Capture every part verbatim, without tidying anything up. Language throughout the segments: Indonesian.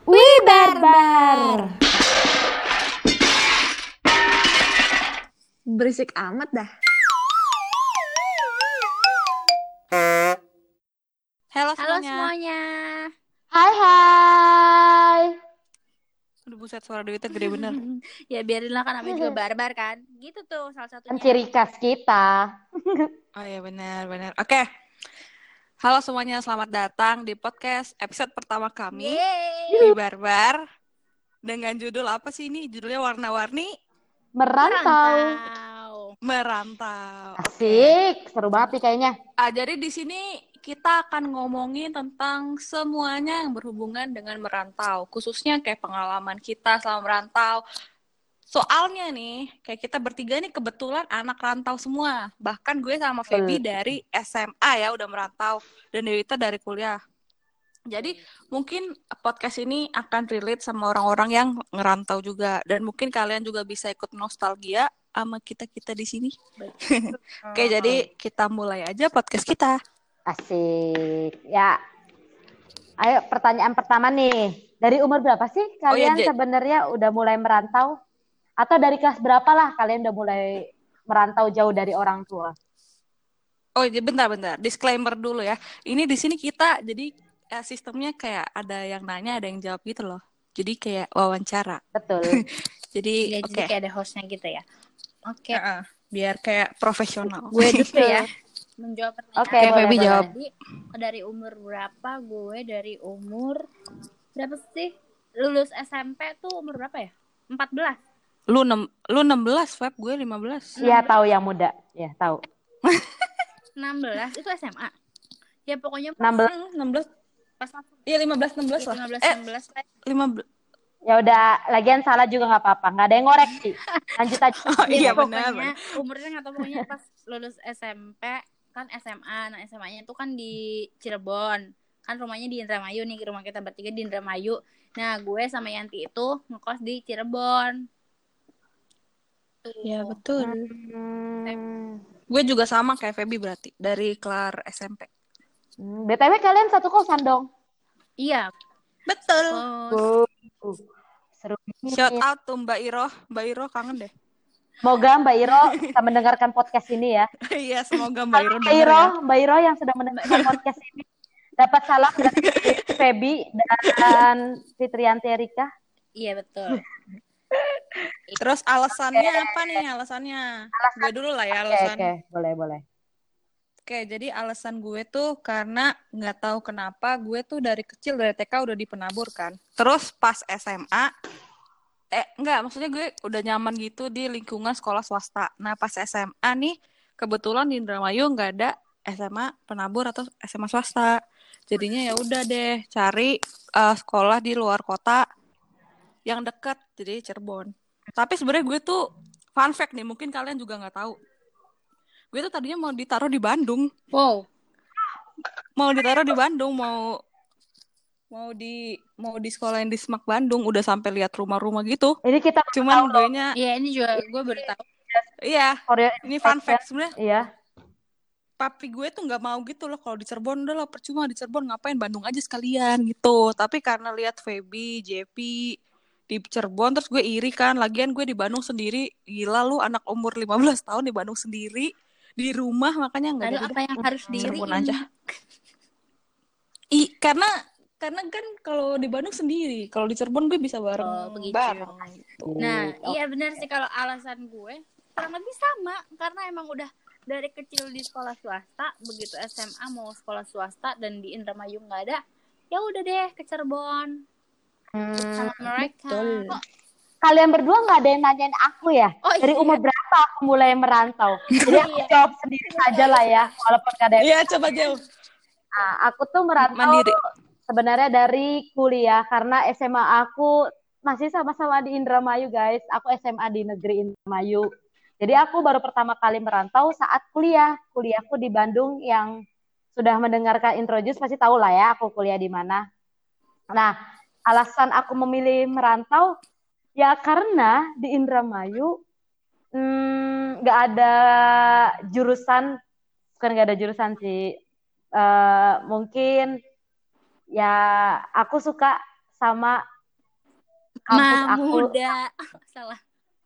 Wih barbar. Berisik amat dah. Halo Halo semuanya. semuanya. Hai hai. Aduh buset, suara Dewi gede bener. Ya biarin lah, kan namanya juga barbar kan. Gitu tuh salah Kan satunya. ciri khas kita. Oh iya benar benar. Oke. Halo semuanya, selamat datang di podcast episode pertama kami Yeay. Wih Barbar. Dengan judul apa sih ini? Judulnya warna-warni Merantau. Merantau. merantau. Oke. Asik, seru banget nih kayaknya. Ah, jadi di sini kita akan ngomongin tentang semuanya yang berhubungan dengan merantau, khususnya kayak pengalaman kita selama merantau. Soalnya nih, kayak kita bertiga nih kebetulan anak rantau semua. Bahkan gue sama Feby dari S M A ya udah merantau, dan Dewita dari kuliah. Jadi mungkin podcast ini akan relate sama orang-orang yang ngerantau juga, dan mungkin kalian juga bisa ikut nostalgia sama kita-kita di sini. Oke, jadi kita mulai aja podcast kita. Asik. Ya. Ayo pertanyaan pertama nih. Dari umur berapa sih Oh iya, kalian J- sebenarnya udah mulai merantau? Atau dari kelas berapa lah kalian udah mulai merantau jauh dari orang tua? Oh iya, bentar-bentar. Disclaimer dulu ya. Ini di sini kita jadi eh, sistemnya kayak ada yang nanya, ada yang jawab gitu loh. Jadi kayak wawancara. Betul. Jadi Ya, oke. jadi kayak ada hostnya gitu ya. Oke. Heeh, biar kayak profesional. Gue dulu ya menjawab pertanyaan. Oke, Oke, boleh, Feby boleh. jawab. Jadi dari umur berapa? Gue dari umur berapa sih? Lulus S M P tuh umur berapa ya? empat belas. Lu enam lu enam belas, Feb, gue lima belas. Iya, tahu yang muda. Ya, tahu. enam belas itu S M A. Ya pokoknya pas enam belas. Hmm, enam belas. pas masuk Iya, lima belas enam belas lah. lima belas Eh, enam belas lah. lima belas. Ya udah, lagian salah juga nggak apa-apa. Nggak ada yang ngoreksi. Lanjut aja. Oh Iya, iya pokoknya benar, benar. umurnya nggak tahu, pokoknya pas lulus S M P kan S M A. Nah S M A-nya itu kan di Cirebon. Kan rumahnya di Indramayu nih, rumah kita bertiga di Indramayu. Nah gue sama Yanti itu ngekos di Cirebon. Tuh. Iya, betul. Hmm. Gue juga sama kayak Feby berarti dari kelar S M P. Hmm, B T W kalian satu kosan dong? Iya. Betul. Kos. Uh, seru nih. Shout out tuh Mbak Iro. Mbak Iro kangen deh. Semoga Mbak Iro bisa mendengarkan podcast ini ya. Iya, semoga Mbak Iro Mbak denger Iro, ya. Mbak Iro yang sudah mendengarkan podcast ini dapat salam dari Feby dan Fitrianti Erika. Iya betul. Terus alasannya apa nih alasannya? Gue dulu lah ya Oke, alasan. oke, boleh, boleh. Oke, jadi alasan gue tuh karena nggak tahu kenapa gue tuh dari kecil dari T K udah dipenabur kan. Terus pas S M A, eh nggak, maksudnya gue udah nyaman gitu di lingkungan sekolah swasta. Nah pas S M A nih, kebetulan di Indramayu nggak ada S M A penabur atau S M A swasta. Jadinya ya udah deh cari uh, sekolah di luar kota yang dekat, jadi Cirebon. Tapi sebenarnya gue tuh fun fact nih, mungkin kalian juga nggak tahu. Gue tuh tadinya mau ditaruh di Bandung. Wow. Mau ditaruh di Bandung, mau mau di mau di sekolahin di Semak Bandung, udah sampai lihat rumah-rumah gitu. Ini kita Cuman gue nya Iya ini juga gue baru tahu. iya, Korea ini fun fact sebenarnya. Iya. Papi gue tuh nggak mau gitu loh, kalau di Cirebon udah lah percuma, di Cirebon ngapain, Bandung aja sekalian gitu. Tapi karena lihat Feby, J P di Cirebon, terus gue iri kan. Lagian gue di Bandung sendiri, gila lu anak umur lima belas tahun di Bandung sendiri di rumah, makanya nggak Lalu jadi apa deh. yang harus Cirebon diiriin? aja. I karena karena kan kalau di Bandung sendiri, kalau di Cirebon gue bisa bareng Oh, begitu. bareng gitu. Nah, iya benar sih, kalau alasan gue kurang lebih sama, karena emang udah dari kecil di sekolah swasta, begitu S M A mau sekolah swasta dan di Indramayu nggak ada, ya udah deh ke Cirebon Hmm, sama mereka. betul. Kok kalian berdua nggak ada yang nanyain aku ya? Oh, Dari iya. umur berapa aku mulai merantau? Jadi aku jawab sendiri aja lah ya, walaupun nggak ada yang. Iya, coba jauh. Nah, aku tuh merantau Mandiri. sebenarnya dari kuliah, karena S M A aku masih sama-sama di Indramayu guys. Aku S M A di negeri Indramayu. Jadi aku baru pertama kali merantau saat kuliah. Kuliahku di Bandung, yang sudah mendengarkan Introjus pasti tahu lah ya aku kuliah di mana. Nah, alasan aku memilih merantau ya karena di Indramayu nggak hmm, ada jurusan, bukan nggak ada jurusan sih. Uh, mungkin ya aku suka sama kampus aku Muda. Salah.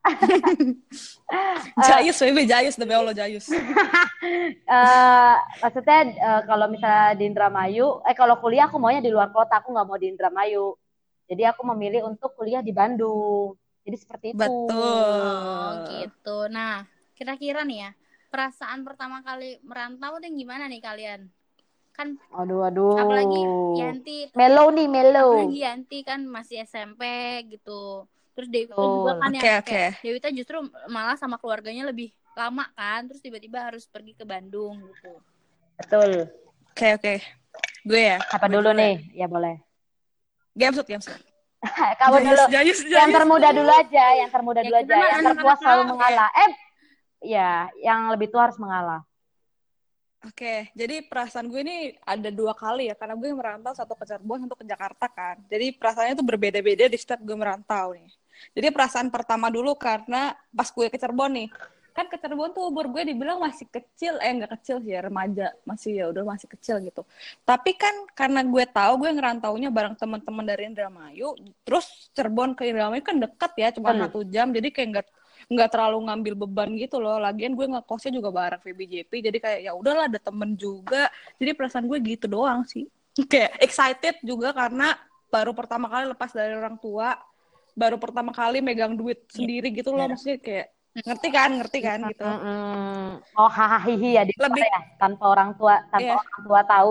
Jayus, Bebe, Jayus, demi Allah Jayus. uh, maksudnya uh, kalau misalnya di Indramayu, eh kalau kuliah aku maunya di luar kota, aku nggak mau di Indramayu. Jadi aku memilih untuk kuliah di Bandung. Jadi seperti itu. Betul. Oh gitu. Nah, kira-kira nih ya, perasaan pertama kali merantau tuh gimana nih kalian? Kan aduh aduh. Apalagi Yanti. Melo nih, Melo. Apalagi Yanti kan masih S M P gitu. Terus Dewita oh. juga kan okay, yang okay. kayak Dewita justru malah sama keluarganya lebih lama kan, terus tiba-tiba harus pergi ke Bandung gitu. Betul. Oke okay, oke. Okay. Gue ya. Apa gue dulu nih? Ya, ya boleh. Gamesut, gamesut. Kamu dulu. Jayus, Jayus, yang termuda dulu aja, yang termuda ya, dulu aja. Yang tertua selalu okay. mengalah. Eh, ya, yang lebih tua harus mengalah. Oke, okay, jadi perasaan gue ini ada dua kali ya, karena gue merantau satu ke Cirebon, satu ke Jakarta kan. Jadi perasaannya tuh berbeda-beda di setiap gue merantau nih. Jadi perasaan pertama dulu karena pas gue ke Cirebon nih, kan ke Cirebon tuh umur gue dibilang masih kecil, eh nggak kecil sih ya, remaja, masih ya udah masih kecil gitu. Tapi kan karena gue tahu gue ngerantaunya bareng teman-teman dari Indramayu, terus Cirebon ke Indramayu kan deket ya, cuma hmm. satu jam, jadi kayak nggak nggak terlalu ngambil beban gitu loh. Lagian gue ngekosnya juga bareng V B J P, jadi kayak ya udahlah ada temen juga. Jadi perasaan gue gitu doang sih. Kayak excited juga karena baru pertama kali lepas dari orang tua, baru pertama kali megang duit sendiri gitu loh. Maksudnya kayak ngerti kan, ngerti kan gitu. Mm-hmm. Oh hahaha ya di lebih ya tanpa orang tua, tanpa yeah. orang tua tahu.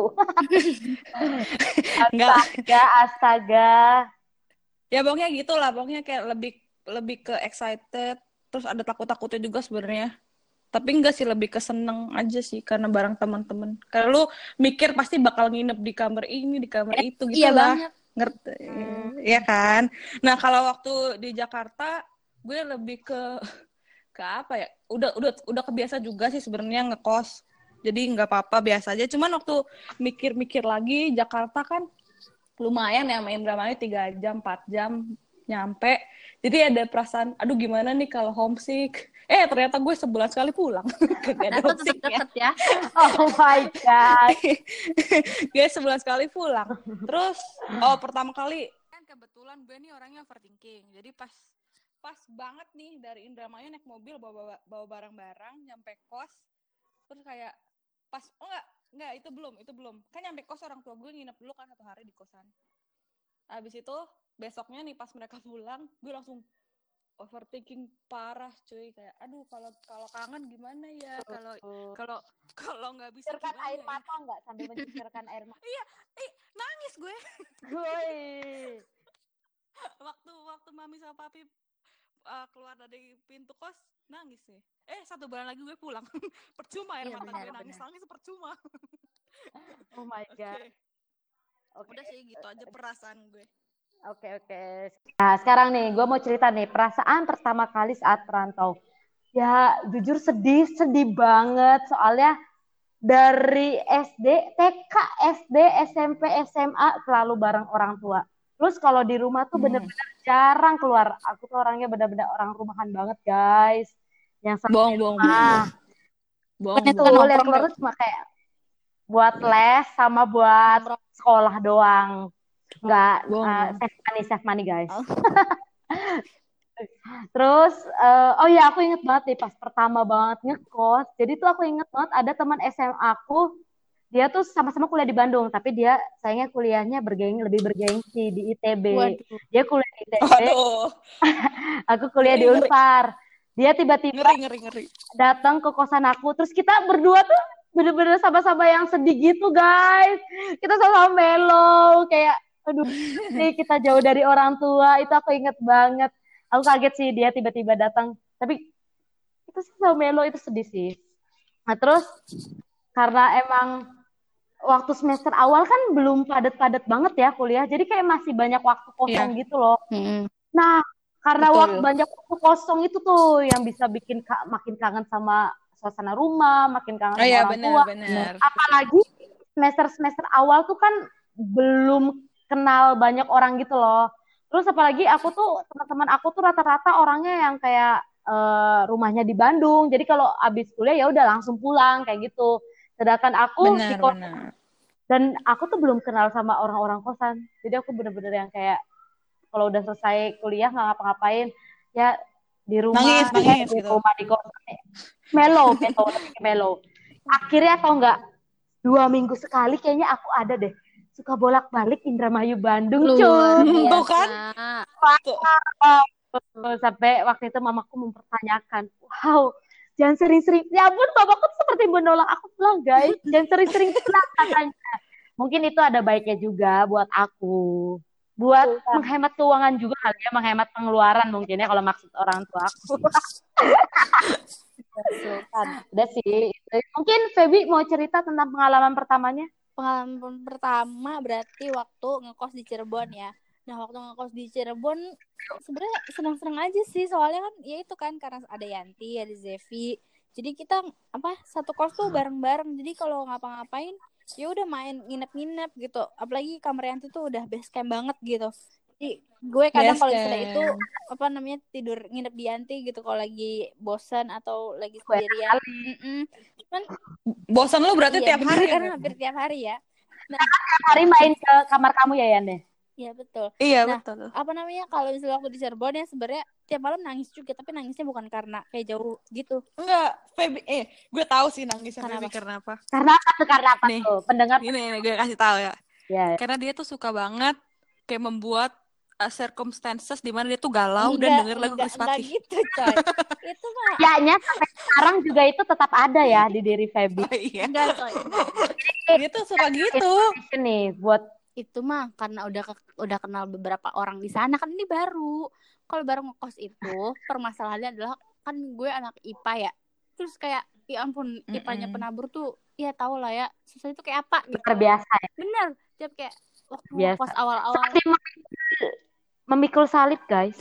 astaga, astaga. Ya pokoknya gitulah, pokoknya kayak lebih lebih ke excited. Terus ada takut-takutnya juga sebenarnya. Tapi enggak sih, lebih ke seneng aja sih karena bareng teman-teman. Karena lu mikir pasti bakal nginep di kamar ini, di kamar eh, itu gitu iya lah. Banget. Ngerti. Hmm. Ya kan? Nah, kalau waktu di Jakarta gue lebih ke ke apa ya? Udah udah udah kebiasa juga sih sebenarnya ngekos. Jadi enggak apa-apa, biasa aja. Cuman waktu mikir-mikir lagi Jakarta kan lumayan ya, main Indramayu tiga jam, empat jam nyampe. Jadi ada perasaan, aduh gimana nih kalau homesick. Eh ternyata gue sebulan sekali pulang. Gak ada homesick ya. Oh my God. Gue sebulan sekali pulang. Terus, oh pertama kali, kan kebetulan gue nih orangnya overthinking. Jadi pas pas banget nih dari Indramayu naik mobil bawa bawa barang-barang nyampe kos. Terus kayak pas, oh enggak, enggak itu belum, itu belum. Kan nyampe kos orang tua gue nginep dulu kan satu hari di kosan. Habis itu besoknya nih pas mereka pulang, gue langsung overthinking parah cuy, kayak aduh kalau kalau kangen gimana ya, kalau kalau kalau nggak bisa mencucurkan air ya? mata nggak sambil mencucurkan air mata. Iya, ih nangis gue. Gue. waktu waktu mami sama papi uh, keluar dari pintu kos nangis sih. Eh satu bulan lagi gue pulang, percuma air iya, mata benar, gue nangis benar. Nangis percuma. Oh my God. Okay. Okay. Udah sih gitu aja perasaan gue. Oke, oke. Nah, sekarang nih, gue mau cerita nih, perasaan pertama kali saat perantau. Ya, jujur sedih, sedih banget. Soalnya dari S D, T K, S D, S M P, S M A, selalu bareng orang tua. Terus kalau di rumah tuh bener-bener hmm. jarang keluar. Aku tuh orangnya bener-bener orang rumahan banget, guys. Yang sering bohong, bohong, bohong. Bohong, itu bohong. Yang keluar tuh cuma kayak buat les sama buat sekolah doang. Nggak uh, save money, save money guys. Oh. Terus uh, oh ya aku inget banget nih pas pertama banget ngekos. Jadi tuh aku inget banget ada teman S M A aku, dia tuh sama-sama kuliah di Bandung, tapi dia sayangnya kuliahnya bergeng lebih bergengsi di I T B. Waduh. Dia kuliah di I T B. Aku kuliah ngeri, di Unpar. Dia tiba-tiba ngeri, ngeri, ngeri. datang ke kosan aku. Terus kita berdua tuh bener-bener sama-sama yang sedih gitu guys. Kita sama-sama melo kayak aduh, nih kita jauh dari orang tua, itu aku inget banget. Aku kaget sih dia tiba-tiba datang. Tapi itu sih sama melo itu sedih sih. Nah terus karena emang waktu semester awal kan belum padat-padat banget ya kuliah, jadi kayak masih banyak waktu kosong yeah. gitu loh. Mm-hmm. Nah karena Betul. waktu banyak waktu kosong itu tuh yang bisa bikin ka- makin kangen sama suasana rumah, makin kangen oh, sama iya, orang bener, tua. Bener. Apalagi semester-semester awal tuh kan belum kenal banyak orang gitu loh. Terus apalagi aku tuh teman-teman aku tuh rata-rata orangnya yang kayak uh, rumahnya di Bandung. Jadi kalau abis kuliah ya udah langsung pulang kayak gitu. Sedangkan aku benar, di kosan dan aku tuh belum kenal sama orang-orang kosan. Jadi aku bener-bener yang kayak kalau udah selesai kuliah nggak ngapa-ngapain ya di rumah Nangis, eh, nangis di gitu. rumah di kos melo melo lebih ke melo akhirnya atau enggak dua minggu sekali kayaknya aku ada deh suka bolak-balik Indramayu Bandung Luar cuy Tuh biasa. kan? Tuh. sampai waktu itu mamaku mempertanyakan wow jangan sering-sering ya ampun mamaku tuh seperti menolak aku pulang guys jangan sering-sering pulang katanya mungkin itu ada baiknya juga buat aku buat Sultan. menghemat keuangan juga kali ya menghemat pengeluaran mungkin ya kalau maksud orang tua aku Sultan. udah sih mungkin Feby mau cerita tentang pengalaman pertamanya Pengalaman pertama berarti waktu ngekos di Cirebon ya. Nah, waktu ngekos di Cirebon sebenarnya senang-senang aja sih, soalnya kan ya itu kan karena ada Yanti, ada Zevi. Jadi kita apa satu kos tuh bareng-bareng. Jadi kalau ngapa-ngapain ya udah main nginep-nginep gitu. Apalagi kamar Yanti tuh udah base camp banget gitu. Jadi gue kadang Best kalau misalnya itu kan. apa namanya tidur nginep di Yanti gitu kalau lagi bosan atau lagi sendirian. Mm-mm. Cuman Bosan lu berarti iya tiap bener hari. kan hampir tiap hari ya. Nah, hari main ke kamar kamu ya Yande iya betul. Iya Nah, betul. apa namanya kalau misalnya waktu di Cirebon ya sebenarnya tiap malam nangis juga, tapi nangisnya bukan karena kayak jauh gitu. Enggak, Feby, eh, gue tahu sih nangisnya Karena Feby apa? karena apa. karena apa tuh karena apa Nih, tuh pendengar ini, ini gue kasih tahu ya. ya Karena dia tuh suka banget kayak membuat uh, circumstances di mana dia tuh galau dan Enggak, denger lagu enggak, Chris enggak Patih. gitu, coy. Itu mah kayaknya sampai sekarang juga itu tetap ada ya di diri Feby Oh, iya. enggak, coy. Enggak, enggak. Dia tuh suka gitu. nih buat Itu mah karena udah ke- udah kenal beberapa orang di sana kan ini baru. Kalau baru ngekos itu permasalahannya adalah kan gue anak I P A ya. Terus kayak ya ampun I P A-nya Mm-mm. penabur tuh ya tau lah ya susah itu kayak apa gitu. luar biasa ya Bener. Tiap kayak waktu biasa ngekos awal-awal seperti memikul salib guys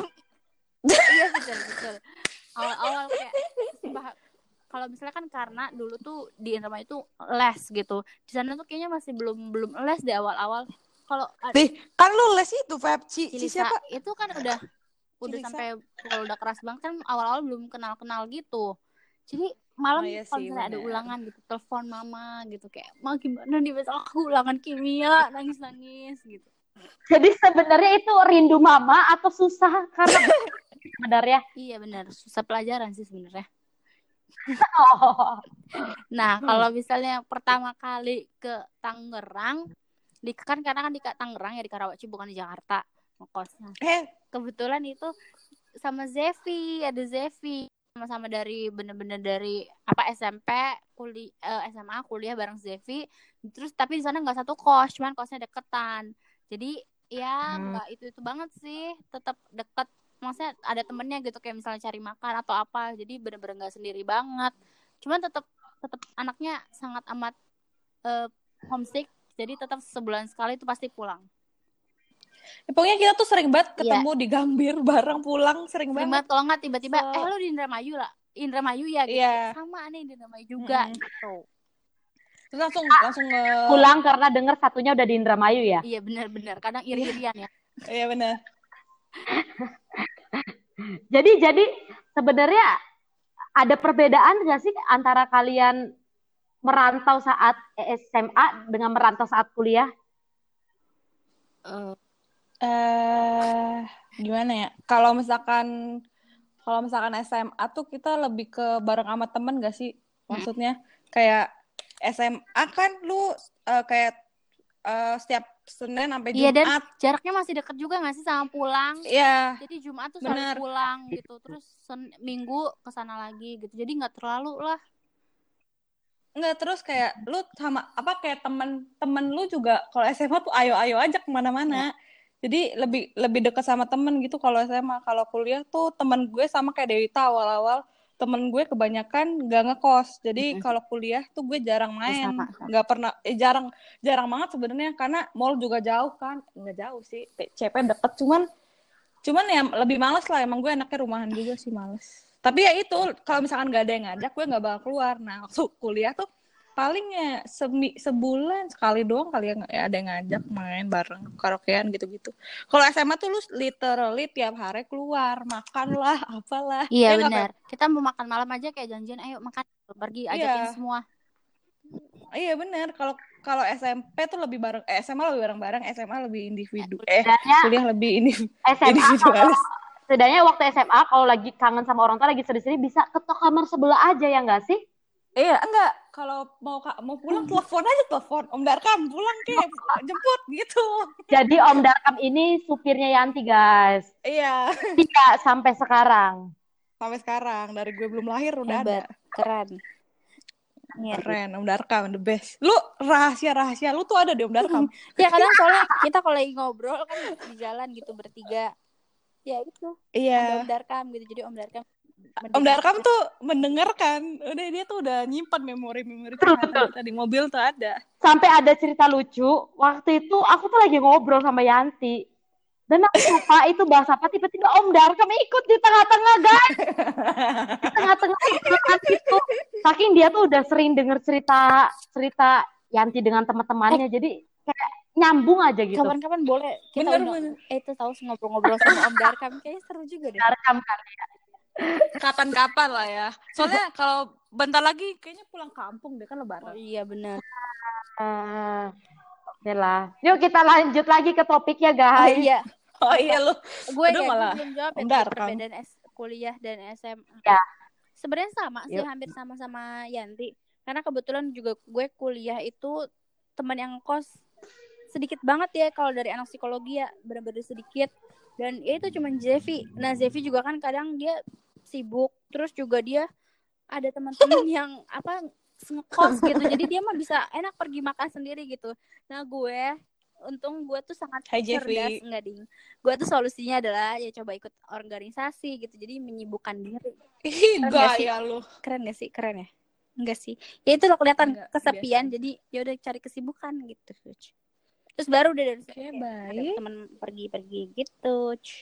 iya betul betul awal-awal kayak sumpah kalau misalnya kan karena dulu tuh di Indramayu itu les gitu di sana tuh kayaknya masih belum belum les di awal-awal kalau Nih, kan lu les itu, Feb. Ci, Ci Cilisa siapa? itu kan udah udah Cilisa. sampai kalau udah keras banget kan awal-awal belum kenal-kenal gitu jadi malam Oh, iya kalau sih, misalnya ada bener. ulangan gitu telepon mama gitu kayak ma gimana nih besok aku ulangan kimia nangis-nangis gitu jadi sebenarnya itu rindu mama atau susah karena sebenarnya iya benar susah pelajaran sih sebenarnya. oh. Nah, kalau misalnya pertama kali ke Tangerang, di kan karena kan di Tangerang ya di Karawaci bukan di Jakarta ngekosnya. Eh, Kebetulan itu sama Zevi, ada Zevi sama-sama dari bener-bener dari apa S M P, kuliah eh, S M A kuliah bareng Zevi. Terus tapi di sana nggak satu kos, cuman kosnya deketan. Jadi ya nggak itu itu banget sih, tetap deket. Maksudnya ada temennya gitu kayak misalnya cari makan atau apa. Jadi bener-bener nggak sendiri banget. Cuman tetap tetap anaknya sangat amat uh, homesick. Jadi tetap sebulan sekali itu pasti pulang. ya, pokoknya kita tuh sering banget Iya. ketemu di Gambir bareng pulang, sering Sering banget. banget kalau nggak tiba-tiba So- eh lu di Indramayu lah. Indramayu ya gitu. Iya. Sama nih di Indramayu juga Mm-mm. gitu. Terus langsung langsung nge pulang karena denger satunya udah di Indramayu ya Iya benar-benar. Kadang iri-irian ya. Iya benar. jadi jadi sebenarnya ada perbedaan nggak sih antara kalian merantau saat S M A dengan merantau saat kuliah? Uh, Eh, gimana ya? Kalau misalkan kalau misalkan S M A tuh kita lebih ke bareng sama temen gak sih? Maksudnya kayak S M A kan lu uh, kayak uh, setiap Senin sampai iya dan Jumat. jaraknya masih deket juga nggak sih sama pulang? Iya. Jadi Jumat tuh selalu Bener. pulang gitu. Terus sen- Minggu kesana lagi gitu. Jadi nggak terlalu lah. Enggak, terus kayak lu sama apa kayak temen-temen lu juga kalau S M A tuh ayo-ayo aja kemana-mana. Jadi lebih lebih dekat sama temen gitu kalau S M A. Kalau kuliah tuh temen gue sama kayak Dewita awal-awal temen gue kebanyakan gak ngekos. Jadi Mm-mm. kalau kuliah tuh gue jarang main, Sama, sama. nggak pernah eh, jarang jarang banget sebenarnya karena mall juga jauh kan, nggak jauh sih, C P deket cuman cuman ya lebih males lah emang gue anaknya rumahan juga sih males. Tapi ya itu kalau misalkan nggak ada yang ngajak gue nggak bakal keluar. Nah waktu kuliah tuh palingnya semi, sebulan sekali doang kali ya, ya ada yang ngajak main bareng karaokean gitu-gitu. Kalau S M A tuh lu literally tiap hari keluar makan lah apalah. Iya Ya nggak, benar. Feb? Kita mau makan malam aja kayak janjian ayo makan pergi ajakin Iya. semua. Iya benar. Kalau kalau S M P tuh lebih bareng, eh, S M A lebih bareng-bareng, S M A lebih individu. Eh, Setidaknya kuliah lebih indiv- S M A kalau individualis. setidaknya waktu S M A kalau lagi kangen sama orang tua lagi sedih-sedih bisa ketok kamar sebelah aja ya nggak sih? Iya, enggak. Kalau mau ka- mau pulang telepon aja telepon. Om Darkam pulang ke jemput gitu. Jadi Om Darkam ini supirnya Yanti guys. Iya, Tidak sampai sekarang. sampai sekarang dari gue belum lahir udah ada. Hebat, keren. Iya. Keren, Om Darkam the best. Lu rahasia-rahasia lu tuh ada di Om Darkam. Ya kadang soalnya kita kalau lagi ngobrol kan di jalan gitu bertiga. Ya itu. Ada Iya. Om Darkam gitu. Jadi Om Darkam Om Darkam tuh mendengarkan. Udah dia tuh udah nyimpan memori-memori curhatan kita di mobil tuh ada. Sampai ada cerita lucu. Waktu itu aku tuh lagi ngobrol sama Yanti. Dan aku lupa itu bahasa apa. Tiba-tiba Om Darkam ikut di tengah-tengah guys. Di tengah-tengah itu. Saking dia tuh udah sering denger cerita cerita Yanti dengan teman-temannya. Jadi kayak nyambung aja gitu. Kapan-kapan boleh kita Bener, undang. bener. Eh itu tahu ngobrol-ngobrol sama Om Darkam. Kayaknya seru juga deh. Darkam kan ya. Kapan-kapan lah ya. Soalnya kalau bentar lagi kayaknya pulang kampung deh kan Oh lebaran. iya benar. Uh, Oke lah. Yuk kita lanjut lagi ke topiknya Oh guys. iya. Oh iya lu. Gue Aduh, kayak malah gue belum jawab ya Om tadi Darkam. perbedaan S kuliah dan S M A. Ya. Sebenarnya sama sih, Yuk. hampir sama-sama Yanti. Karena kebetulan juga gue kuliah itu teman yang kos sedikit banget ya kalau dari anak psikologi ya, benar-benar sedikit. Dan ya itu cuma Zevi. Nah Zevi juga kan kadang dia sibuk, terus juga dia ada teman-teman yang apa ngekos gitu. Jadi dia mah bisa enak pergi makan sendiri gitu. Nah gue untung gue tuh sangat Hai, Jeffy. cerdas, enggak ding. Gue tuh solusinya adalah ya coba ikut organisasi gitu. Jadi menyibukkan diri. Ih, Keren gak sih? gaya lu. Keren gak sih? Keren ya? Enggak sih. Ya itu lo kelihatan Enggak, kesepian. biasa. Jadi ya udah cari kesibukan gitu. Terus baru udah dari situ Oke, kayak ada baik. teman pergi-pergi gitu.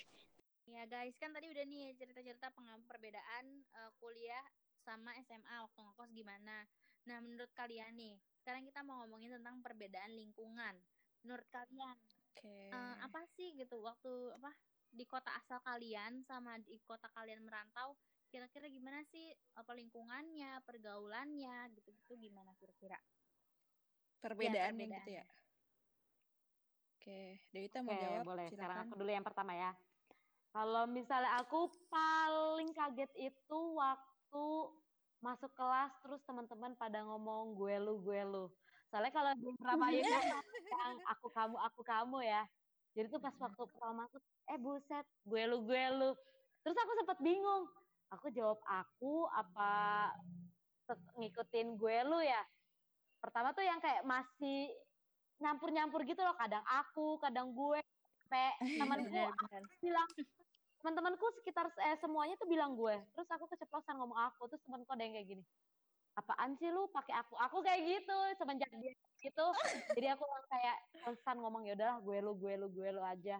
Ya guys, kan tadi udah nih cerita-cerita pengalaman perbedaan uh, kuliah sama S M A waktu ngekos gimana. Nah, menurut kalian nih, sekarang kita mau ngomongin tentang perbedaan lingkungan. Menurut kalian, Oke. uh, apa sih gitu waktu apa di kota asal kalian sama di kota kalian merantau, kira-kira gimana sih apa lingkungannya, pergaulannya, gitu-gitu gimana kira-kira? Perbedaannya Ya, gitu ya. Oke, Dewita mau Oke, jawab? boleh. Silakan. Sekarang aku dulu yang pertama ya. Kalau misalnya aku paling kaget itu waktu masuk kelas terus teman-teman pada ngomong gue lu gue lu. Soalnya kalau di drama itu yang aku kamu aku kamu ya. Jadi tuh pas waktu pertama masuk, eh buset, gue lu gue lu. Terus aku sempat bingung. Aku jawab aku apa ngikutin gue lu ya. Pertama tuh yang kayak masih nyampur-nyampur gitu loh, kadang aku, kadang gue. Sampai temanku bilang, teman-temanku sekitar eh, semuanya tuh bilang gue. Terus aku keceplosan ngomong aku, terus temanku ada yang kayak gini. Apaan sih lu pakai aku? Aku kayak gitu semenjak dia gitu. Jadi aku kayak konstan ngomong ya udahlah gue lu gue lu gue lu aja.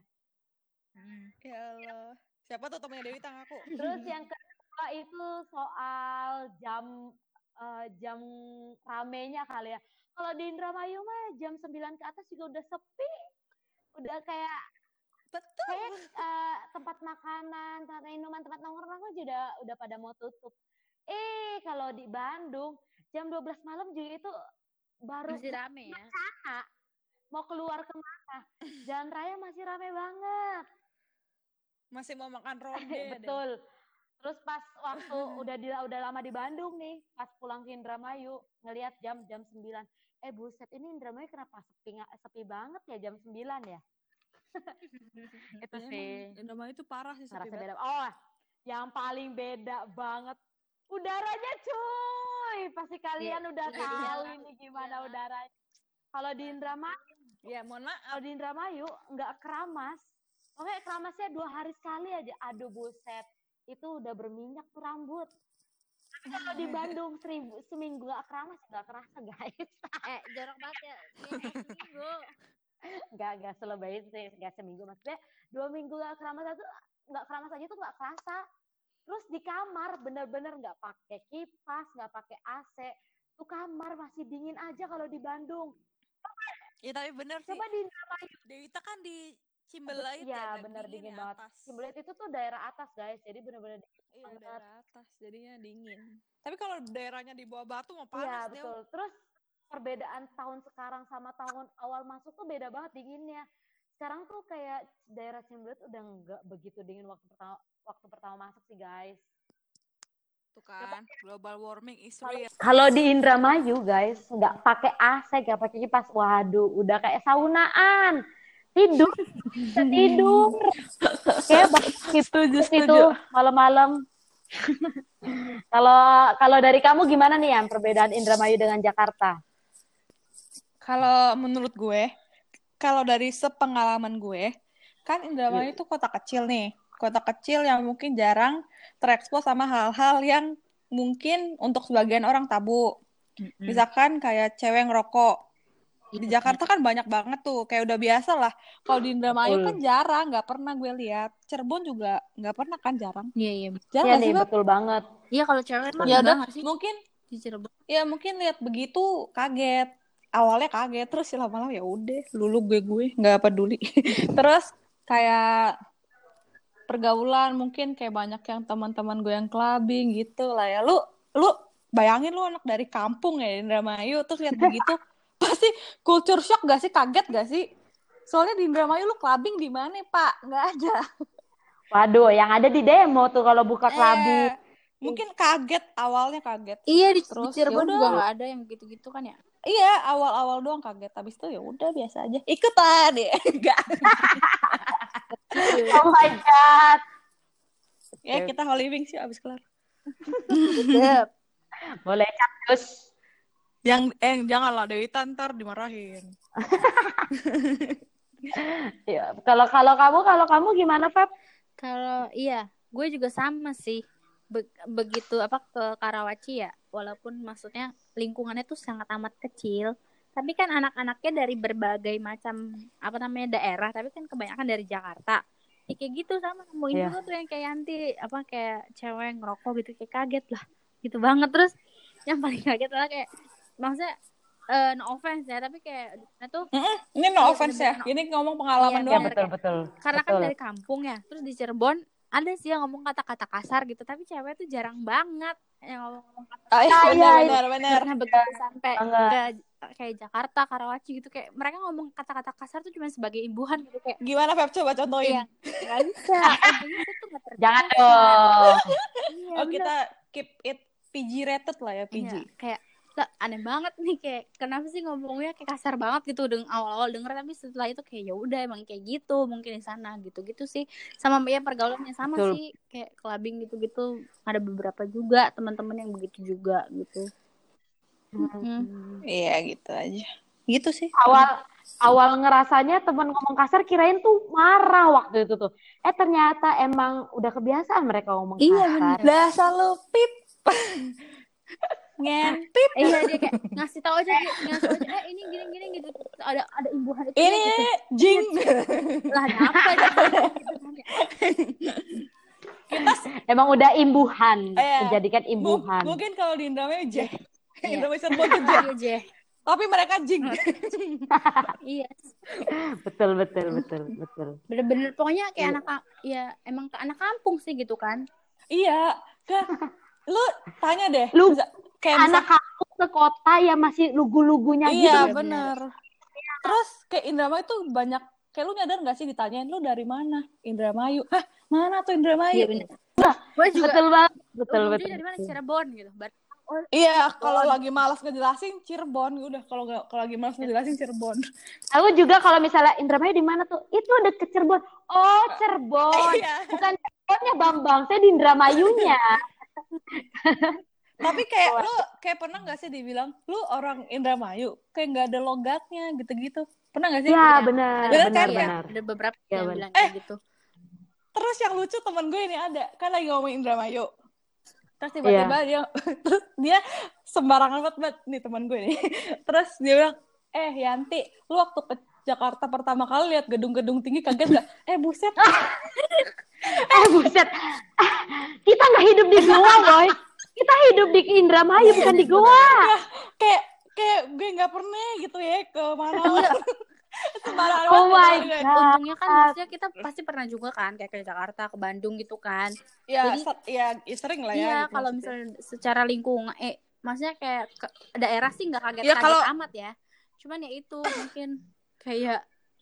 Ya Allah. Siapa tuh temennya Dewi tang aku? Terus yang kedua itu soal jam uh, jam ramenya kali ya. Kalau di Indramayu mah jam sembilan ke atas juga udah sepi. Udah kayak betul. Kayak uh, tempat makanan, tempat minuman, tempat nongkrong juga udah pada mau tutup. Eh, kalau di Bandung jam dua belas malam juga itu baru masih rame ya. Sana, mau keluar kemana? Jalan raya masih rame banget. Masih mau makan ronde. Betul. Deh. Terus pas waktu udah di, udah lama di Bandung nih, pas pulang ke Indramayu, ngelihat jam jam sembilan. Eh buset, ini Indramayu kenapa sepi sepi banget ya jam sembilan ya? Itu ya, sih. Indramayu itu parah sih sepi banget. Oh, yang paling beda banget udaranya cuy. Pasti kalian yeah, udah yeah, tahu yeah. ini gimana yeah. udaranya. Kalau di Indramayu, ya mohon maaf. Kalau di Indramayu nggak keramas. Oke, keramasnya dua hari sekali aja. Aduh buset, itu udah berminyak tuh rambut. Kalau di Bandung seribu seminggu nggak keramas nggak kerasa guys. Eh jorok banget ya, ya seminggu. Nggak nggak selebay sih, nggak seminggu maksudnya dua minggu nggak keramas itu nggak keramas aja tuh nggak kerasa. Terus di kamar bener-bener nggak pakai kipas, nggak pakai A C, tuh kamar masih dingin aja kalau di Bandung. Iya tapi bener sih. Coba di Indramayu. Dewita kan di Cimbelait ya, ya bener dingin, dingin banget. Atas. Cimbelait itu tuh daerah atas guys, jadi bener-bener dingin iya, banget. Daerah atas, jadinya dingin. Tapi kalau daerahnya di bawah batu mau panas. Iya betul. Terus perbedaan tahun sekarang sama tahun awal masuk tuh beda banget dinginnya. Sekarang tuh kayak daerah Cimbelet udah nggak begitu dingin waktu pertama waktu pertama masuk sih guys. Tuh kan, global warming is Kalau- real. Kalau di Indramayu guys nggak pakai A C, nggak pakai kipas, waduh udah kayak saunaan. Tidur, bisa tidur. Kayak banget Setuju, itu setuju. malam-malam. Kalau kalau dari kamu gimana nih Yan perbedaan Indramayu dengan Jakarta? Kalau menurut gue, kalau dari sepengalaman gue, kan Indramayu itu kota kecil nih. Kota kecil yang mungkin jarang terekspos sama hal-hal yang mungkin untuk sebagian orang tabu. Mm-mm. Misalkan kayak cewek ngerokok. Di Jakarta kan banyak banget tuh, kayak udah biasa lah. Kalau di Indramayu Betul. kan jarang, nggak pernah gue lihat. Cirebon juga nggak pernah kan, jarang. Iya, iya. Jarang Iya nggak nih sih, Bab? betul banget. Iya, kalau cewek mah Ya enggak udah, nggak sih mungkin di Cirebon. ya mungkin lihat begitu kaget. Awalnya kaget, terus ya lama-lama ya udah, lulu gue gue nggak peduli. Terus kayak pergaulan mungkin kayak banyak yang teman-teman gue yang clubbing gitu lah ya. Lu lu bayangin lu anak dari kampung ya di Indramayu terus lihat begitu pasti culture shock gak sih, kaget gak sih? Soalnya di Indramayu lu clubbing di mana, Pak? Nggak ada. Waduh, yang ada di demo tuh kalau buka clubbing. Eh, mungkin kaget, awalnya kaget. Iya, di, di Terus Cirebon yaudah. juga nggak ada yang gitu-gitu kan ya. Iya, awal-awal doang kaget. Habis itu ya udah biasa aja. Ikutan deh. Enggak. Oh my god. Ya kita Holy Wings sih abis kelar. Yep. Boleh cacus. Yang eh janganlah Dewi ntar dimarahin. Ya, kalau kalau kamu kalau kamu gimana, Feb? Kalau iya, gue juga sama sih. Be- begitu apa ke Karawaci ya, walaupun maksudnya lingkungannya tuh sangat amat kecil, tapi kan anak-anaknya dari berbagai macam apa namanya daerah, tapi kan kebanyakan dari Jakarta. Ya, kayak gitu sama nemuin Iya. juga tuh yang kayak Yanti apa kayak cewek ngerokok gitu, kayak kaget lah gitu banget. Terus yang paling kaget adalah kayak maksudnya eh, no offense ya, tapi kayak nah tuh Mm-mm, ini no Iya, offense ya. bener-bener no- Ini ngomong pengalaman Iya, Ya doang. bener. betul betul. karena betul. kan dari kampung ya, terus di Cirebon ada sih yang ngomong kata-kata kasar gitu, tapi cewek tuh jarang banget yang ngomong kata Oh, iya, Ah, benar, iya, benar, benar. karena begitu sampai banget. ke kayak Jakarta, Karawaci gitu, kayak mereka ngomong kata-kata kasar tuh cuma sebagai imbuhan gitu, kayak Gimana Feb, coba contohin. iya nggak bisa, Indonesia tuh nggak terbiasa. Jangan dong. Iya, Oh, bener. kita keep it P G rated lah ya, P G. Iya, kayak lah, aneh banget nih, kayak kenapa sih ngomongnya kayak kasar banget gitu dengan awal-awal denger, tapi setelah itu kayak ya udah emang kayak gitu mungkin di sana gitu-gitu sih. Sama ya pergaulannya sama Betul. sih, kayak clubbing gitu-gitu ada beberapa juga teman-teman yang begitu juga gitu. Hmm. Iya, gitu aja. Gitu sih. Awal awal ngerasanya temen ngomong kasar kirain tuh marah waktu itu tuh. Eh ternyata emang udah kebiasaan mereka ngomong Iya, kasar. Lah selalu pip. Ngentip. Iya, dia kayak ngasih tahu aja, dia ngasih tahu aja, eh ini gini-gini gitu, ada ada imbuhan itu Ini gitu. jing. Lah apa ya gitu kan ya. Emang udah imbuhan, Iya. menjadikan M- imbuhan. mungkin kalau di Indramayu J. Iya. Indramayu Cirebon tuh J. Iya, Je. Tapi mereka jing. Iya. Betul betul betul betul. Bener-bener pokoknya kayak Iya. anak ka- ya emang ke anak kampung sih gitu kan. Iya. Kak, lu tanya deh. Lu Misal- kayak misal- Anak kampung ke kota ya masih lugu-lugunya gitu. Iya, Iya, bener. Terus kayak Indramayu tuh banyak, kayak lu nyadar gak sih ditanyain lu dari mana? Indramayu. Hah, mana tuh Indramayu? Iya bener. Gue juga Betul banget. Betul ujung-ujungnya betul. dari mana? betul. Cirebon gitu. Bar- oh, Iya, kalau lagi malas ngejelasin Cirebon, udah kalau nggak kalau lagi malas ngejelasin Cirebon. Aku juga kalau misalnya Indramayu di mana tuh? Itu deket Cirebon. Oh, Cirebon. Iya. Bukan Cirebonnya Bambang, saya di Indramayunya. Tapi kayak lu kayak pernah nggak sih dibilang lu orang Indramayu, kayak nggak ada logatnya gitu-gitu. Pernah nggak sih? Ya, Iya. benar, Bener benar, kan? iya, benar. ada beberapa Iya, yang bener. bilang Eh. kayak gitu. Terus yang lucu temen gue ini ada, kan lagi ngomongin Indramayu. Terus tiba-tiba dia terus dia sembarangan banget, banget nih teman gue nih. Terus dia bilang, "Eh, Yanti, lu waktu ke Jakarta pertama kali lihat gedung-gedung tinggi kaget gak?" Eh, buset. Eh, buset. Ah, kita nggak hidup di goa, boy. Kita hidup di Indramayu, bukan di goa. Ya, kayak kayak gue nggak pernah gitu ya ke mana. Sembarangan Oh banget my gitu gue. God. Untungnya kan maksudnya kita pasti pernah juga kan kayak ke Jakarta, ke Bandung gitu kan. Ya, Jadi- sa- ya, ya sering lah ya. Iya, gitu kalau maksudnya. misalnya secara lingkungan eh maksudnya kayak ke, daerah sih nggak kaget-kaget Ya, kalau- amat ya. Cuman ya itu mungkin kayak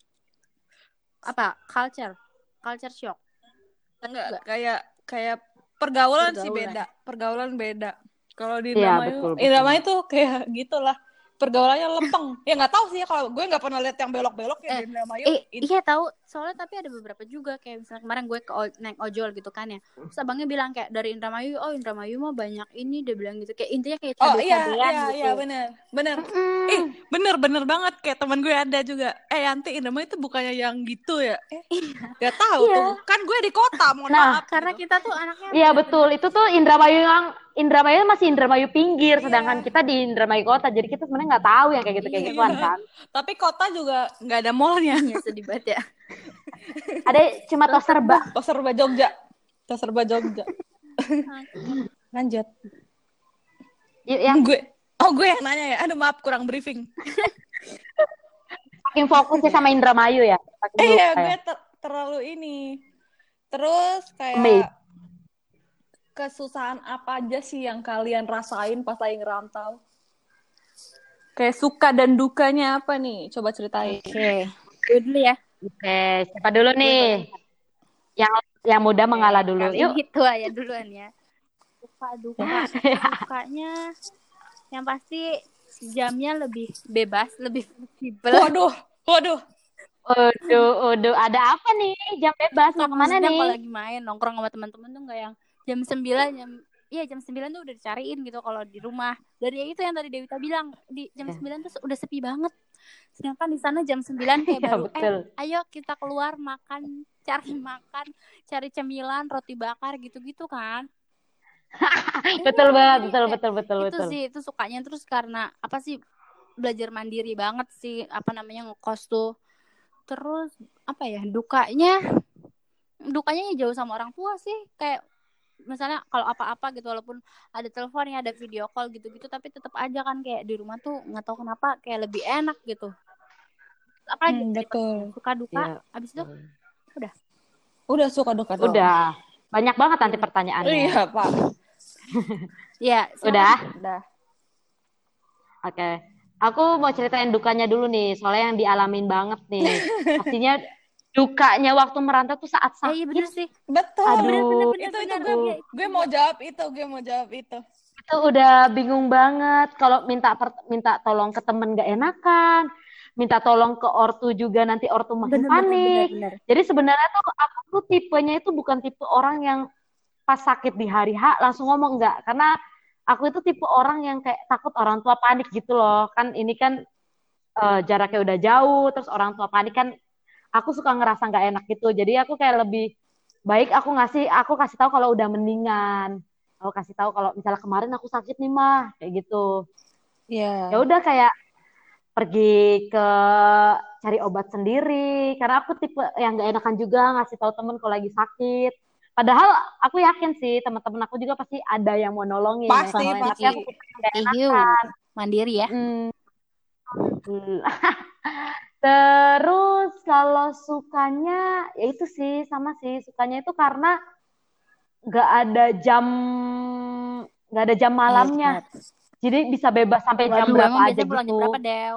apa culture culture shock. Enggak, Enggak. kayak kayak pergaulan, sih Pergaulan. beda. Pergaulan beda. Kalau di Iya, Indramayu, betul, betul. Indramayu tuh kayak gitulah. Pergaulannya lempeng. Ya nggak tahu sih, kalau gue nggak pernah lihat yang belok-belok ya Eh, di Indramayu. Eh, In- iya tahu. Soalnya tapi ada beberapa juga kayak misalnya kemarin gue ke o- naik ojol gitu kan ya. Terus abangnya bilang kayak dari Indramayu, oh Indramayu mah banyak ini, dia bilang gitu. Kayak intinya kayak Oh iya, cabe-cabean iya, gitu. iya, bener, bener. Mm-mm. Ih, bener, bener banget. Kayak teman gue ada juga. Eh, Yanti, Indramayu itu bukannya yang gitu ya? Eh, gak tahu Iya. tuh. Kan gue di kota, mohon Nah, maaf. Karena gitu. kita tuh anaknya Iya bener-bener- betul, itu tuh Indramayu yang Indramayu masih Indramayu pinggir, Iya. sedangkan kita di Indramayu kota, jadi kita sebenarnya nggak tahu yang kayak gitu kayak Iya. gituan kan. Tapi kota juga nggak ada mallnya. Iya, sedih banget ya. Ada cuma tos serba. Tos serba Jogja. Tos serba Jogja. Lanjut. Y- Yang Gue, oh gue yang nanya ya. Aduh maaf, kurang briefing. saking fokusnya sama Indramayu ya. Saking Eh iya, lupa gue ya. ter- terlalu ini. Terus kayak Amazed. kesusahan apa aja sih yang kalian rasain pas lagi ngerantau? Kayak suka dan dukanya apa nih? Coba ceritain. Oke. Gue dulu ya. Oke, siapa dulu nih? Yang yang muda mengalah dulu. Kali Yuk. ini tua ya duluan ya. Suka duka. Sukanya yang pasti jamnya lebih bebas, lebih fleksibel. Waduh, waduh. Waduh, waduh, ada apa nih? Jam bebas mau kemana Maksudnya nih? kalau lagi main nongkrong sama teman-teman tuh nggak yang jam sembilan jam iya jam sembilan tuh udah dicariin gitu kalau di rumah. Dari itu yang tadi Dewita bilang di jam Ya. sembilan tuh udah sepi banget. Sedangkan di sana jam sembilan kayak Iya, baru betul. eh ayo kita keluar makan, cari makan, cari cemilan, roti bakar gitu-gitu kan. Betul Iya, banget, jadi betul kayak betul betul itu betul. sih itu sukanya terus karena apa sih belajar mandiri banget sih apa namanya ngekos tuh. Terus apa ya dukanya dukanya ya jauh sama orang tua sih kayak misalnya kalau apa-apa gitu walaupun ada telepon ya ada video call gitu-gitu tapi tetap aja kan kayak di rumah tuh nggak tahu kenapa kayak lebih enak gitu apalagi Hmm, betul. suka duka Iya. abis itu Udah suka duka doang. Udah. Banyak banget nanti pertanyaannya. Iya, Pak. ya silakan. Udah. Udah. Oke. Aku mau ceritain dukanya dulu nih, soalnya yang dialamin banget nih. Pastinya dukanya waktu merantau tuh saat eh iya bener sakit. sih Betul. Aduh. bener bener bener itu itu bener gue, Iya, gue mau jawab itu, gue mau jawab itu. Itu udah bingung banget kalau minta per- minta tolong ke temen gak enakan, minta tolong ke ortu juga nanti ortu makin bener bener panik. bener bener Jadi sebenarnya tuh aku tuh tipenya itu bukan tipe orang yang pas sakit di hari H langsung ngomong enggak, karena aku itu tipe orang yang kayak takut orang tua panik gitu loh. Kan ini kan eh, jaraknya udah jauh, terus orang tua panik kan aku suka ngerasa nggak enak gitu. Jadi aku kayak lebih baik aku ngasih aku kasih tahu kalau udah mendingan. Aku kasih tahu kalau misalnya kemarin aku sakit nih mah kayak gitu. Iya. Ya udah kayak pergi ke cari obat sendiri karena aku tipe yang nggak enakan juga ngasih tahu temen kalau lagi sakit. Padahal aku yakin sih teman-teman aku juga pasti ada yang mau nolongin. Pasti, yang pasti. Tapi aku tipe yang nggak Iyu, enakan. mandiri ya Hmm. Terus kalau sukanya ya itu sih sama sih sukanya itu karena nggak ada jam nggak ada jam malamnya. Jadi bisa bebas sampai jam Waduh, berapa emang aja biasanya pulang jam gitu. berapa Del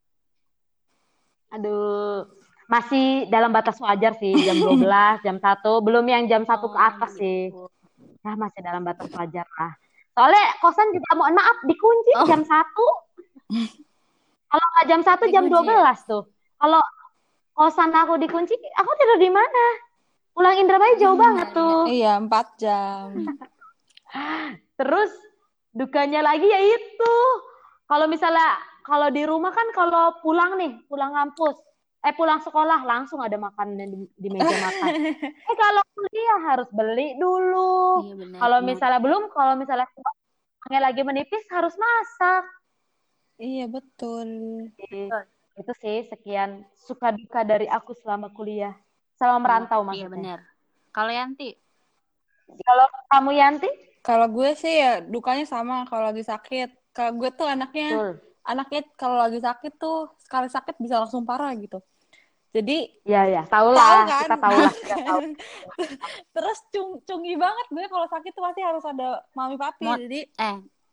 Aduh, masih dalam batas wajar sih jam dua belas, jam satu, belum yang jam satu ke Oh, atas gitu. sih. Nah, masih dalam batas wajar lah. Soalnya kosan juga mohon maaf dikunci Oh. jam satu. Kalau nggak jam satu jam Dikunci dua belas tuh. Kalau kosan aku dikunci, aku tidur di mana? Pulang Indramayu jauh Hmm, banget iya, tuh. Iya, empat jam. Terus dukanya lagi ya itu. Kalau misalnya kalau di rumah kan kalau pulang nih, pulang kampus, eh pulang sekolah langsung ada makanan di, di meja makan. Eh kalau kuliah harus beli dulu. Iya, benar, Kalau benar. misalnya belum, kalau misalnya uangnya lagi menipis harus masak. Iya, betul. Jadi, itu sih sekian suka duka dari aku selama kuliah, selama merantau Iya maksudnya. benar. Kalau Yanti Kalau kamu Yanti? Kalau gue sih ya dukanya sama kalau lagi sakit. Kalau gue tuh anaknya Betul. anaknya kalau lagi sakit tuh sekali sakit bisa langsung parah gitu. Jadi Iya ya, tahu tahu lah, kan? kita tahu lah, kita tahu. Terus cung cungi banget gue kalau sakit tuh pasti harus ada mami papi. Mau- Jadi eh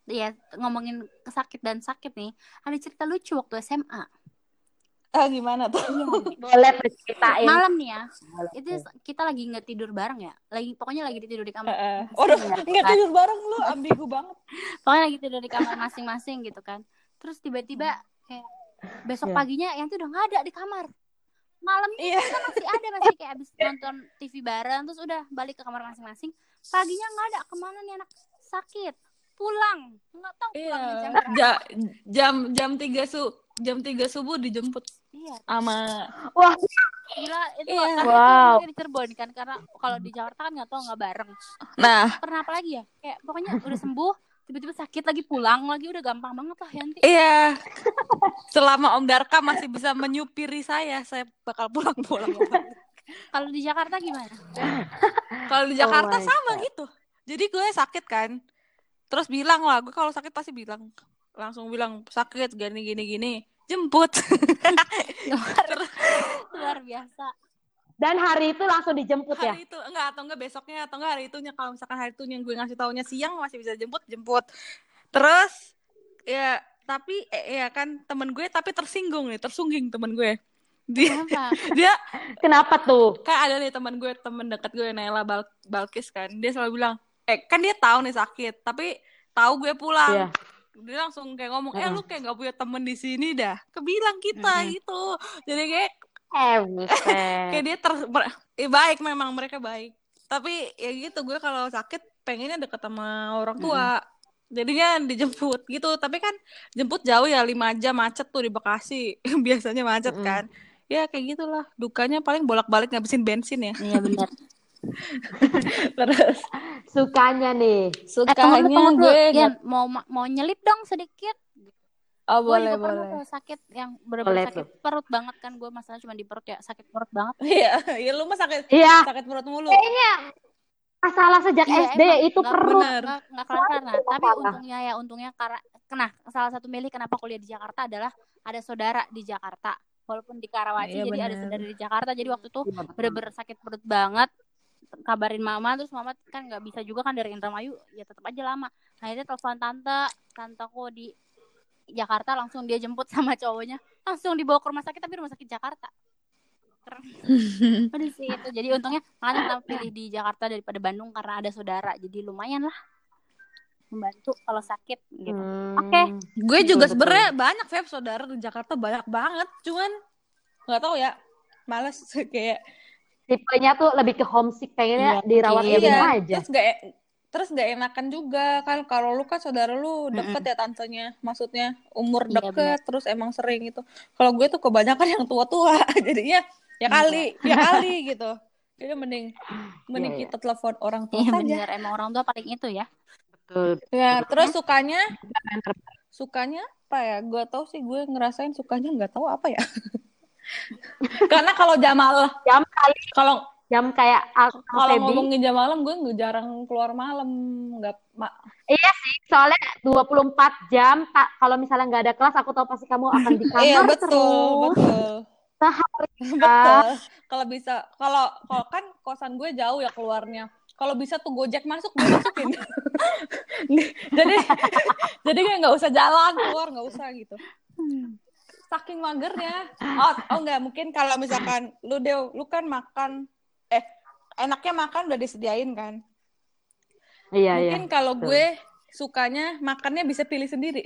ya ngomongin sakit dan sakit nih, ada cerita lucu waktu S M A. Ah, gimana tuh? Boleh ceritain. Malam nih ya, itu kita lagi nggak tidur bareng ya, lagi pokoknya lagi tidur di kamar. Uh, Waduh, nggak tidur bareng lu, ambigu banget. Pokoknya lagi tidur di kamar masing-masing gitu kan. Terus tiba-tiba kayak besok yeah. paginya yang tuh udah nggak ada di kamar. Malamnya yeah. kita masih ada, masih kayak abis nonton T V bareng, terus udah balik ke kamar masing-masing. Paginya nggak ada, kemana nih anak, sakit, pulang, nggak tahu pulangnya yeah. jam ja, jam jam tiga su jam tiga subuh dijemput. Iya. Sama wah gila itu yeah. Kan wow. Itu di Cirebon kan, karena kalau di Jakarta kan nggak tahu nggak bareng. Nah pernah apa lagi ya, kayak pokoknya udah sembuh tiba-tiba sakit lagi, pulang lagi, udah gampang banget lah Yanti. Iya. Selama Om Darka masih bisa menyupiri saya, saya bakal pulang-pulang. Kalau di Jakarta gimana? Kalau di Jakarta oh sama God. Gitu. Jadi gue sakit kan, terus bilang lah, gue kalau sakit pasti bilang, langsung bilang sakit gini gini gini, jemput. luar, luar biasa. Dan hari itu langsung dijemput hari ya? Hari itu, enggak, atau enggak besoknya, atau enggak hari itunya. Kalau misalkan hari itu yang gue ngasih taunya siang, masih bisa jemput, jemput. Terus, ya, tapi, eh, ya kan, temen gue, tapi tersinggung nih, tersungging temen gue. Dia, kenapa? dia, kenapa tuh? Kan ada nih temen gue, temen dekat gue, Naila Bal- Balkis kan. Dia selalu bilang, eh, kan dia tahu nih sakit, tapi tahu gue pulang. Yeah. Dia langsung kayak ngomong, eh, uh-huh. lu kayak gak punya temen di sini dah. Kebilang kita, uh-huh. gitu. Jadi kayak, Eh, kayak dia ter eh, baik, memang mereka baik, tapi ya gitu, gue kalau sakit pengennya deket sama orang tua, mm. jadinya dijemput gitu. Tapi kan jemput jauh ya, lima jam, macet tuh di Bekasi. Biasanya macet mm. kan ya, kayak gitulah dukanya, paling bolak-balik ngabisin bensin ya. Iya benar. Terus sukanya nih sukanya eh, tunggu, tunggu, gue ya, mau mau nyelip dong sedikit. Oh, gue boleh, juga pernah boleh. tuh sakit yang bener-bener sakit tuh. Perut banget kan, gue masalah cuma di perut ya, sakit perut banget. Iya, iya lu mah sakit, iya. sakit perut mulu. Kayaknya masalah sejak iya, S D emang, itu gak, perut. Nggak nggak kelar-kelar. Tapi untungnya ya, untungnya karena, kena salah satu milih kenapa kuliah di Jakarta adalah ada saudara di Jakarta. Walaupun di Karawaci, iya, jadi bener. Ada saudara di Jakarta. Jadi waktu itu iya, bener-bener sakit perut banget. Kabarin mama, terus mama kan nggak bisa juga kan dari Indramayu, ya tetap aja lama. Akhirnya telepon tante, tanteku di Jakarta, langsung dia jemput sama cowoknya, langsung dibawa ke rumah sakit, tapi rumah sakit Jakarta. Keren. Aduh sih itu. Jadi untungnya makanya kenapa pilih di Jakarta daripada Bandung, karena ada saudara. Jadi lumayan lah membantu kalau sakit gitu. Hmm. Oke. Okay. Gue juga sebenarnya banyak Feb saudara di Jakarta, banyak banget. Cuman nggak tahu ya, males kayak tipenya tuh lebih ke homesick, pengennya iya, dirawat di rumah iya. aja. Terus gak, terus gak enakan juga kan, kalau lu kan saudara lu deket mm-hmm. ya tantenya, maksudnya umur iya, deket, bener. Terus emang sering gitu. Kalau gue tuh kebanyakan yang tua-tua, jadinya ya kali, ya kali gitu. Jadi mending mending yeah, kita yeah. telepon orang tua iya, saja. Bener, emang orang tua paling itu ya. Betul. Ya, terus sukanya, sukanya apa ya? Gue tau sih, gue ngerasain sukanya nggak tahu apa ya. Karena kalau jam malam, jam kali, kalau jam kayak kalau ngomongin jam malam, gue nggak jarang keluar malam, nggak. Ma- iya sih, soalnya dua puluh empat jam. Tak, kalau misalnya nggak ada kelas, aku tahu pasti kamu akan di kamar iya, betul, terus. Betul, Sehari. Betul. Kalau bisa, kalau kalau kan kosan gue jauh ya keluarnya. Kalau bisa tuh Gojek masuk, gue masukin. jadi jadi kayak nggak usah jalan keluar, nggak usah gitu. Saking magernya. Oh, oh enggak, mungkin kalau misalkan lu Dew, lu kan makan eh enaknya makan udah disediain kan. Iya, mungkin iya. Kalau gue sukanya makannya bisa pilih sendiri.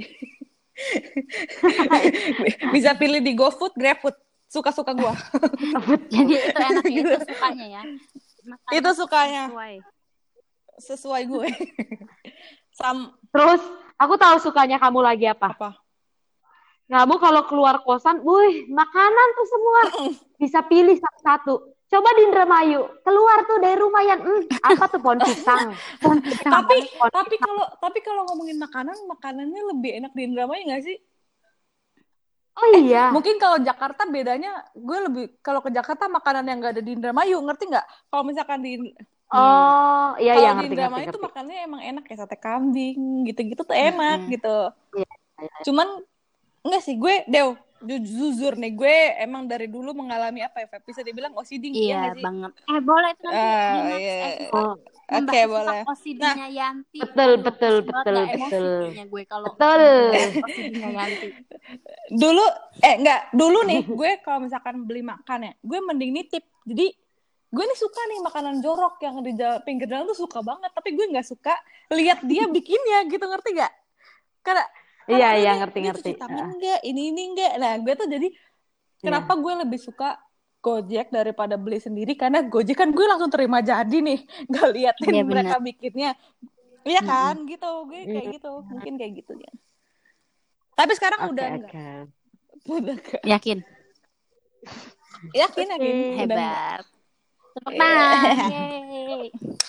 Bisa pilih di GoFood, GrabFood, suka-suka gue. Jadi itu enaknya, itu sukanya ya. Makan itu sukanya. Sesuai. Sesuai gue. Sam. Terus aku tahu sukanya kamu lagi apa? Apa? Kamu kalau keluar kosan, wih, makanan tuh semua bisa pilih satu-satu. Coba di Indramayu, keluar tuh dari rumah yang hmm, apa tuh pohon pisang. Pohon pisang. Tapi pohon tapi kalau tapi kalau ngomongin makanan, makanannya lebih enak di Indramayu nggak sih? Oh iya. Eh, mungkin kalau Jakarta bedanya, gue lebih kalau ke Jakarta makanan yang nggak ada di Indramayu, ngerti nggak? Kalau misalkan di Oh iya iya ngerti. Kalau di Indramayu tuh makannya emang enak ya, sate kambing gitu-gitu tuh enak hmm. gitu. Iya, iya. Cuman enggak sih, gue Dew, jujur nih, gue emang dari dulu mengalami apa ya, Feb? Bisa dibilang O C D, Iya nggak sih? banget. Eh boleh tuh nanti Uh, di next yeah. episode Oh, Oke, membahas boleh. tentang O C D-nya Yanti. betul, Aduh, betul, pusing banget betul, gak emosi betul. kayaknya gue kalau Betul. membahas O C D-nya Yanti. Dulu, eh enggak, dulu nih, gue kalau misalkan beli makan ya, gue mending nitip. Jadi, gue nih suka nih makanan jorok yang di jala- pinggir jalan tuh suka banget, tapi gue nggak suka lihat dia bikinnya gitu, ngerti gak? Karena, karena Iya, aduh, iya, dia, ngerti, dia ngerti. cuci tangan Ah, enggak, ini ini enggak. Nah, gue tuh jadi kenapa iya. gue lebih suka Gojek daripada beli sendiri, karena Gojek kan gue langsung terima jadi nih, nggak liatin Iya mereka benar. bikinnya. Iya Mm-mm. kan, gitu. Gue kayak gitu, mungkin kayak gitu ya. Tapi sekarang Oke, udah enggak. oke. Udah enggak. Yakin? Yakin, yakin. Oke. Udah enggak. Hebat. Tepuk Iya. tangan. Yeay.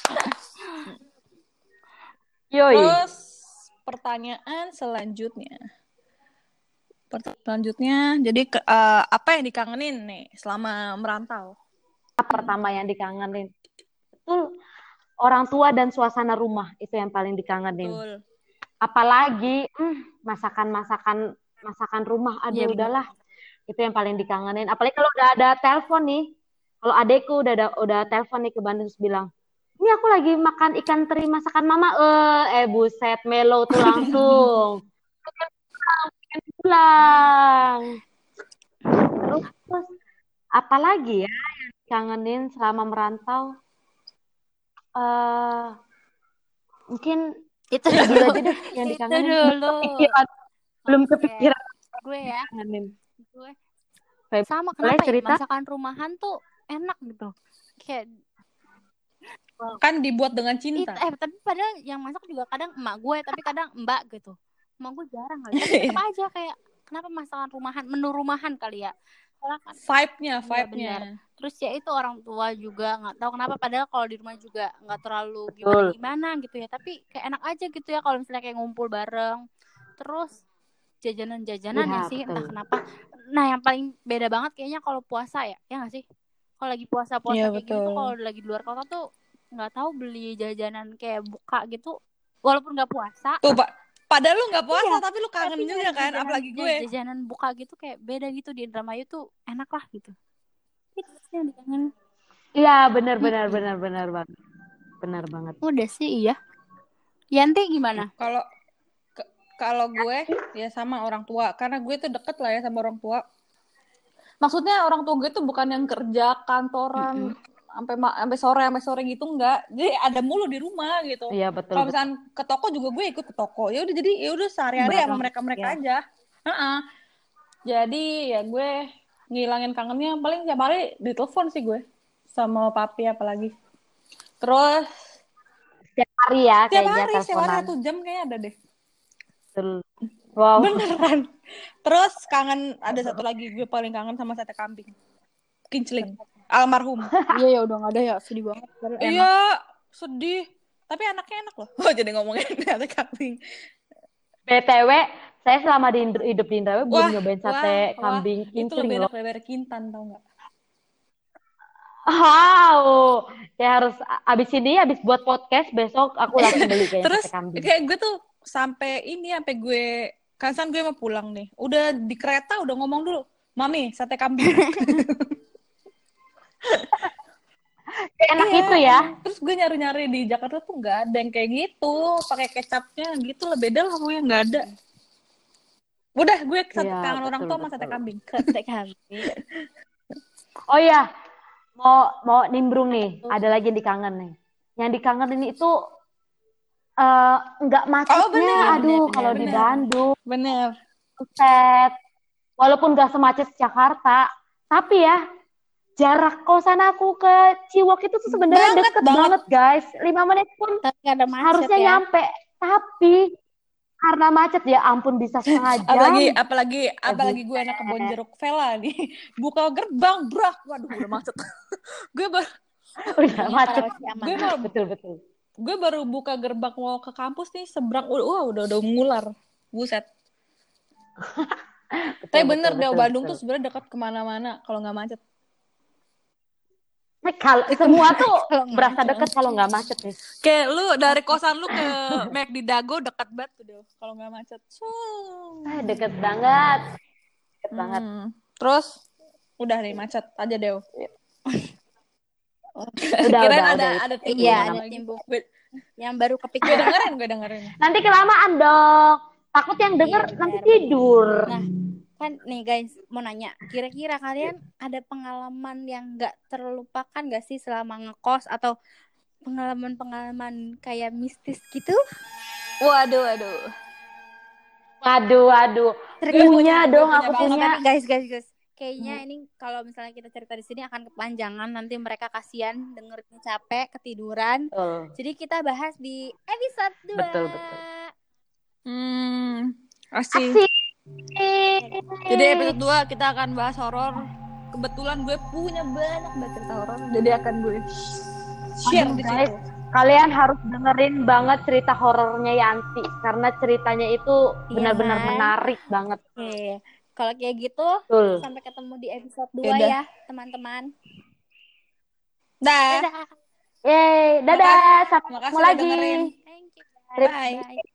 Yoi. Terus pertanyaan selanjutnya. Pertanyaan selanjutnya, jadi ke, eh, apa yang dikangenin nih selama merantau? Apa pertama yang dikangenin? Betul. Orang tua dan suasana rumah itu yang paling dikangenin. Betul. Apalagi hmm, masakan-masakan masakan rumah. Iya Aduh, benar. udahlah. Itu yang paling dikangenin. Apalagi kalau udah ada telepon nih. Kalau adekku udah ada udah telepon nih ke Bandung terus bilang, "Ini aku lagi makan ikan teri masakan mama." Eh, eh buset, melo tuh langsung. Pengen pulang. Terus, terus apalagi ya yang dikangenin selama merantau? Eh, mungkin Itu itu dulu. aja deh yang Itu dikangenin. Belum dulu. kepikiran, belum Oke. kepikiran Gue ya. kangenin. Gue Feb, sama boleh kenapa ya cerita? masakan rumahan tuh enak gitu. Kayak Kan dibuat dengan itu cinta. eh tapi padahal yang masak juga kadang emak gue tapi kadang mbak gitu. Emak gue jarang kali. Tapi tetap aja kayak kenapa masakan rumahan, menu rumahan kali ya. Karena kan Vibe-nya, iya vibe-nya. benar. Terus ya itu orang tua juga nggak tahu kenapa padahal kalau di rumah juga nggak terlalu Betul. gimana gimana gitu ya. Tapi kayak enak aja gitu ya kalau misalnya kayak ngumpul bareng. Terus jajanan-jajanan ya Iya, sih entah betul. kenapa. Nah yang paling beda banget kayaknya kalau puasa ya, ya nggak sih? Kalau lagi puasa-puasa Iya, kayak gitu tuh betul. kalau lagi di luar kota tuh nggak tahu beli jajanan kayak buka gitu, walaupun nggak puasa. Tuh, Pak. Padahal lu nggak puasa, Iya, tapi lu kangen tapi juga ngeliat kan, jajanan apalagi gue. jajanan buka gitu kayak beda gitu di Indramayu tuh enak lah gitu. Itu sih yang dikangen. Iya, benar benar Mm-mm. benar benar banget. Benar banget. Udah sih iya. Yanti gimana? Kalau ke- kalau gue ya sama orang tua, karena gue tuh deket lah ya sama orang tua. Maksudnya orang tua gue tuh bukan yang kerja kantoran Mm-mm. sampai ma- sampai sore sampai sore gitu, enggak. Jadi ada mulu di rumah gitu. Iya, betul Kalau betul. misalkan ke toko juga gue ikut ke toko. Ya udah, jadi ya udah sehari-hari sama Bareng. mereka-mereka Ya. aja. Heeh. Jadi ya gue ngilangin kangennya paling tiap hari ditelepon sih gue sama papi apalagi. Terus Setiap hari ya tiap kayaknya hari, setiap hari teleponan. satu jam kayaknya ada deh. Betul. Wow. Beneran. Terus kangen, ada satu lagi gue paling kangen sama sate kambing. Kincling. Almarhum. Iya ya udah nggak ada ya, sedih banget. Padahal enak. Iya, sedih. Tapi anaknya enak loh. Oh, jadi ngomongin sate kambing. B T W, saya selama di Indra- hidup di Indramayu belum Wah, nyobain wah, sate wah. kambing Itu kincling lebih loh. enak daripada kintan, tau nggak? Wow, ya harus abis ini, abis buat podcast besok aku langsung beli kayaknya Terus sate kambing. kayak gue tuh sampai ini, sampai gue kan san gue mau pulang nih. Udah di kereta udah ngomong dulu, "Mami, sate kambing." Kayak enak Iya, itu ya. terus gue nyari-nyari di Jakarta tuh nggak ada yang kayak gitu, pakai kecapnya gitu lah, beda lah pokoknya, nggak ada. Udah, gue satu Iya, kangen orang betul, tua sama sate betul. kambing. Sate kambing. Oh iya, mau mau nimbrung nih. Ada lagi yang dikangen nih. Yang dikangenin itu eh, nggak macetnya. Oh, bener. Aduh, Bener, kalau bener, di bener. Bandung, Bener. buset. Walaupun nggak semacet Jakarta, tapi ya jarak kosan aku ke Ciwok itu tuh sebenarnya Banget, deket banget. banget, guys. Lima menit pun Tapi nggak ada macet harusnya ya. nyampe. Tapi karena macet ya ampun bisa setengah jam. Apalagi apalagi Eh, apalagi gue anak kebon jeruk Vela nih. Buka gerbang, brak. Waduh, udah macet. gue baru Udah macet. Kalau si aman. gue baru Betul betul. gue baru buka gerbang mau ke kampus nih, seberang udah wah, udah udah ngular. Buset. Betul, Tapi betul, bener deh, betul, Bandung betul. tuh sebenarnya dekat kemana-mana kalau nggak macet. Nah, kalau semua tuh Kalau nggak berasa macet. deket kalau nggak macet nih. Kayak lu dari kosan lu ke McD Dago dekat banget tuh deh kalau nggak macet. So. Ah, deket banget. banget. Hmm. Terus udah nih macet aja deh. Udah, Kirain udah, ada udah. ada Itu timbul Iya, gimana? ada lagi. timbul. Gue Yang baru gue kepikiran. dengerin, gue dengerin. Nanti kelamaan dong. Takut yang denger Iya, nanti benar, tidur. Nah, kan nih guys, mau nanya, kira-kira kalian ada pengalaman yang nggak terlupakan gak sih selama ngekos atau pengalaman-pengalaman kayak mistis gitu? Waduh, waduh. Waduh, waduh. Gue Punya punya, dong, gue aku punya Eh, punya. tapi guys, guys, guys, kayaknya ini kalau misalnya kita cerita di sini akan kepanjangan, nanti mereka kasihan dengernya capek, ketiduran. Betul, Jadi kita bahas di episode dua. betul, betul. Hmm, asih. Asik. Jadi episode dua kita akan bahas horor. Kebetulan gue punya banyak banget cerita horor, jadi akan gue share Aduh, di guys, situ. kalian harus dengerin banget cerita horornya Yanti karena ceritanya itu Iya benar-benar kan? menarik banget. Oke, kalau kayak gitu Betul. sampai ketemu di episode dua Yaudah. ya, teman-teman. Dah. Dadah. Yeay, dadah, Makasih- sampai makasih ketemu udah lagi. dengerin. Thank you guys. Bye. Bye.